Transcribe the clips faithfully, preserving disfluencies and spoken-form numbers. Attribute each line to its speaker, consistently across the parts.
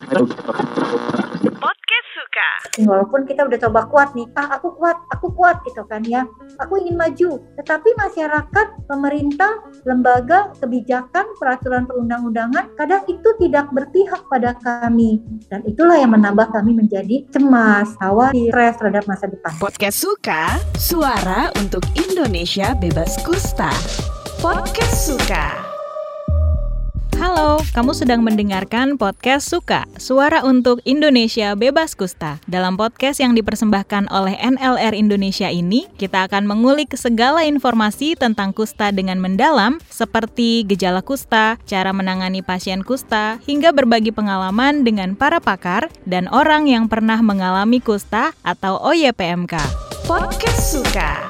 Speaker 1: Podcast Suka.
Speaker 2: Walaupun kita udah coba kuat nih, ah aku kuat, aku kuat gitu kan ya. Aku ingin maju, tetapi masyarakat, pemerintah, lembaga, kebijakan, peraturan perundang-undangan kadang itu tidak berpihak pada kami. Dan itulah yang menambah kami menjadi cemas, khawatir, stres terhadap masa depan.
Speaker 1: Podcast Suka, suara untuk Indonesia bebas kusta. Podcast Suka.
Speaker 3: Halo, kamu sedang mendengarkan Podcast Suka, suara untuk Indonesia bebas kusta. Dalam podcast yang dipersembahkan oleh N L R Indonesia ini, kita akan mengulik segala informasi tentang kusta dengan mendalam, seperti gejala kusta, cara menangani pasien kusta, hingga berbagi pengalaman dengan para pakar dan orang yang pernah mengalami kusta atau O Y P M K.
Speaker 1: Podcast Suka.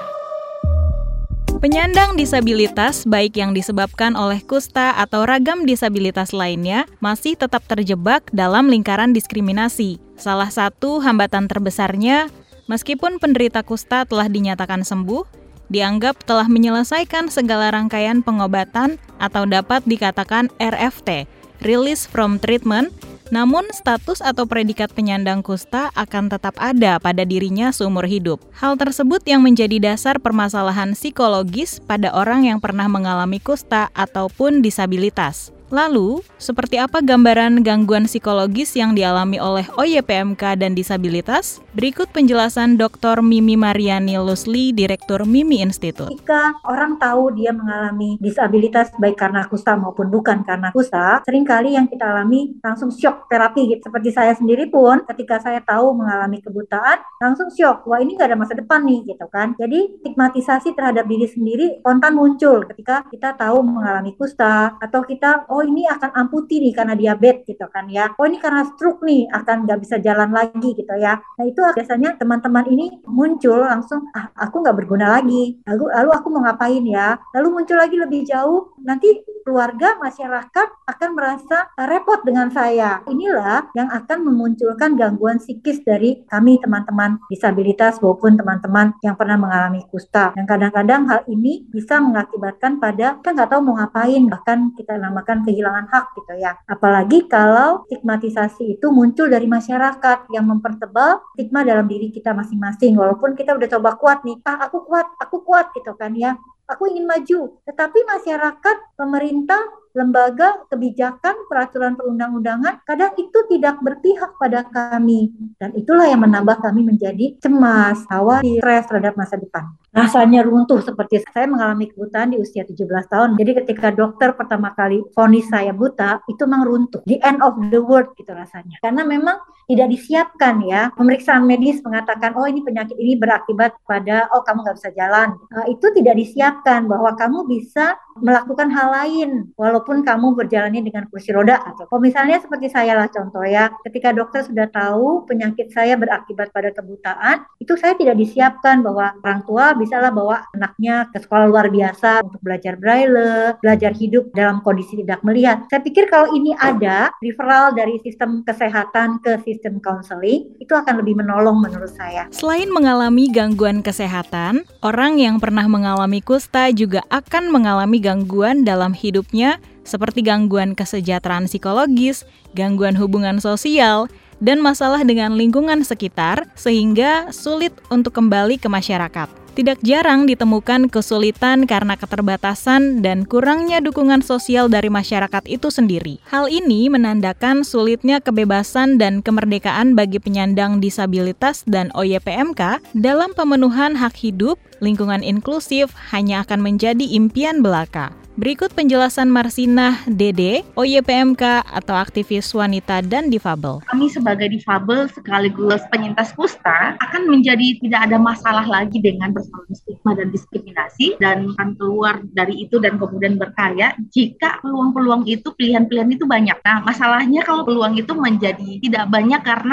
Speaker 3: Penyandang disabilitas, baik yang disebabkan oleh kusta atau ragam disabilitas lainnya, masih tetap terjebak dalam lingkaran diskriminasi. Salah satu hambatan terbesarnya, meskipun penderita kusta telah dinyatakan sembuh, dianggap telah menyelesaikan segala rangkaian pengobatan atau dapat dikatakan R F T, Release from Treatment, namun status atau predikat penyandang kusta akan tetap ada pada dirinya seumur hidup. Hal tersebut yang menjadi dasar permasalahan psikologis pada orang yang pernah mengalami kusta ataupun disabilitas. Lalu, seperti apa gambaran gangguan psikologis yang dialami oleh O Y P M K dan disabilitas? Berikut penjelasan Doktor Mimi Mariani Lusli, Direktur Mimi Institute.
Speaker 2: Jika orang tahu dia mengalami disabilitas baik karena kusta maupun bukan karena kusta, seringkali yang kita alami langsung shock terapi gitu. Seperti saya sendiri pun ketika saya tahu mengalami kebutaan, langsung shock. Wah, ini nggak ada masa depan nih gitu kan. Jadi stigmatisasi terhadap diri sendiri spontan muncul ketika kita tahu mengalami kusta, atau kita oh ini akan amputi nih karena diabetes gitu kan ya. Oh ini karena stroke nih akan nggak bisa jalan lagi gitu ya. Nah itu biasanya teman-teman ini muncul langsung, ah aku nggak berguna lagi. Lalu, lalu aku mau ngapain ya? Lalu muncul lagi lebih jauh, nanti keluarga, masyarakat akan merasa repot dengan saya. Inilah yang akan memunculkan gangguan psikis dari kami teman-teman disabilitas maupun teman-teman yang pernah mengalami kusta. Dan kadang-kadang hal ini bisa mengakibatkan pada kita nggak tahu mau ngapain, bahkan kita namakan kehilangan hak gitu ya. Apalagi kalau stigmatisasi itu muncul dari masyarakat yang mempertebal stigma dalam diri kita masing-masing. Walaupun kita udah coba kuat nih, ah aku kuat, aku kuat gitu kan ya. Aku ingin maju, tetapi masyarakat, pemerintah, lembaga, kebijakan, peraturan perundang-undangan kadang itu tidak berpihak pada kami. Dan itulah yang menambah kami menjadi cemas, khawatir, stres terhadap masa depan. Rasanya runtuh seperti saya mengalami kebutaan di usia tujuh belas tahun. Jadi ketika dokter pertama kali vonis saya buta, itu memang runtuh. The end of the world gitu rasanya. Karena memang tidak disiapkan ya. Pemeriksaan medis mengatakan, oh ini penyakit ini berakibat pada, oh kamu nggak bisa jalan. Nah, itu tidak disiapkan bahwa kamu bisa melakukan hal lain walaupun kamu berjalannya dengan kursi roda. Atau kalau misalnya seperti saya lah contoh ya, ketika dokter sudah tahu penyakit saya berakibat pada kebutaan, itu saya tidak disiapkan bahwa orang tua bisalah bawa anaknya ke sekolah luar biasa untuk belajar braille, belajar hidup dalam kondisi tidak melihat. Saya pikir kalau ini ada referral dari sistem kesehatan ke sistem counseling, itu akan lebih menolong menurut saya.
Speaker 3: Selain mengalami gangguan kesehatan, orang yang pernah mengalami kusta juga akan mengalami gangguan dalam hidupnya seperti gangguan kesejahteraan psikologis, gangguan hubungan sosial, dan masalah dengan lingkungan sekitar sehingga sulit untuk kembali ke masyarakat. Tidak jarang ditemukan kesulitan karena keterbatasan dan kurangnya dukungan sosial dari masyarakat itu sendiri. Hal ini menandakan sulitnya kebebasan dan kemerdekaan bagi penyandang disabilitas dan O Y P M K dalam pemenuhan hak hidup, lingkungan inklusif hanya akan menjadi impian belaka. Berikut penjelasan Marsinah Dede, O Y P M K atau aktivis wanita dan difabel.
Speaker 4: Kami sebagai difabel sekaligus penyintas kusta akan menjadi tidak ada masalah lagi dengan persoalan stigma dan diskriminasi, dan akan keluar dari itu dan kemudian berkarya jika peluang-peluang itu, pilihan-pilihan itu banyak. Nah, masalahnya kalau peluang itu menjadi tidak banyak karena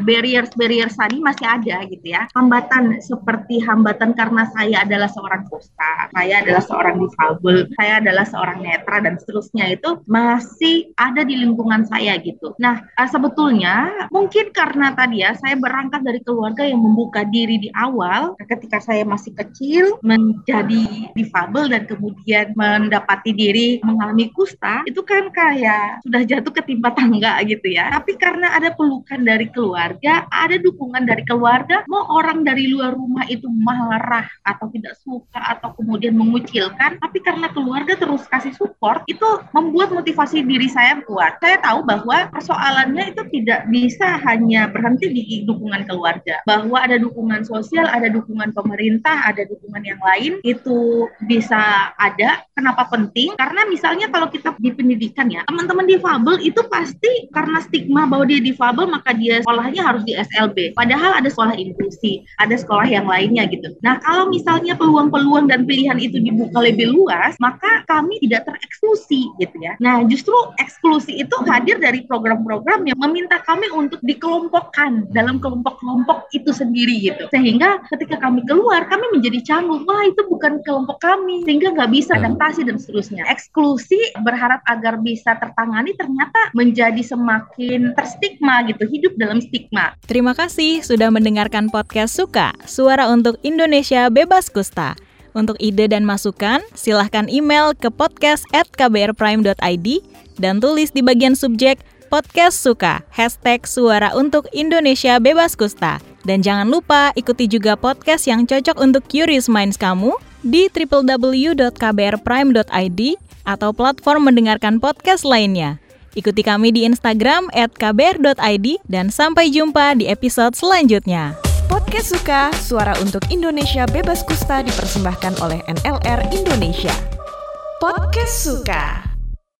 Speaker 4: barriers-barriers tadi masih ada gitu ya. Hambatan seperti hambatan karena saya adalah seorang kusta, saya adalah seorang difabel, saya adalah seorang netra dan seterusnya itu masih ada di lingkungan saya gitu. Nah, uh, sebetulnya mungkin karena tadi ya saya berangkat dari keluarga yang membuka diri di awal ketika saya masih kecil menjadi difabel dan kemudian mendapati diri mengalami kusta, itu kan kayak sudah jatuh ketimpa tangga gitu ya. Tapi karena ada pelukan dari keluarga, ada dukungan dari keluarga, mau orang dari luar rumah itu marah atau tidak suka atau kemudian mengucilkan, tapi karena keluarga terus kasih support, itu membuat motivasi diri saya kuat. Saya tahu bahwa persoalannya itu tidak bisa hanya berhenti di dukungan keluarga, bahwa ada dukungan sosial, ada dukungan pemerintah, ada dukungan yang lain, itu bisa ada. Kenapa penting? Karena misalnya kalau kita di pendidikan ya, teman-teman difabel itu pasti karena stigma bahwa dia difabel maka dia sekolahnya harus di S L B. Padahal ada sekolah inklusi, ada sekolah yang lainnya gitu. Nah, kalau misalnya peluang-peluang dan pilihan itu dibuka lebih luas, maka kami tidak tereksklusi gitu ya. Nah, justru eksklusi itu hadir dari program-program yang meminta kami untuk dikelompokkan dalam kelompok-kelompok itu sendiri gitu. Sehingga ketika kami keluar, kami menjadi canggung, wah itu bukan kelompok kami, sehingga nggak bisa adaptasi dan seterusnya. Eksklusi berharap agar bisa tertangani ternyata menjadi semakin terstigma gitu, hidup dalam stigma.
Speaker 3: Terima kasih sudah mendengarkan podcast Suka, Suara untuk Indonesia Bebas Kusta. Untuk ide dan masukan, silahkan email ke podcast at k b r prime dot i d dan tulis di bagian subjek Podcast Suka, hashtag Suara untuk Indonesia Bebas Kusta. Dan jangan lupa ikuti juga podcast yang cocok untuk curious minds kamu di w w w dot k b r prime dot i d atau platform mendengarkan podcast lainnya. Ikuti kami di Instagram at k b r dot i d dan sampai jumpa di episode selanjutnya.
Speaker 1: Podcast Suka, Suara untuk Indonesia Bebas Kusta dipersembahkan oleh N L R Indonesia. Podcast Suka.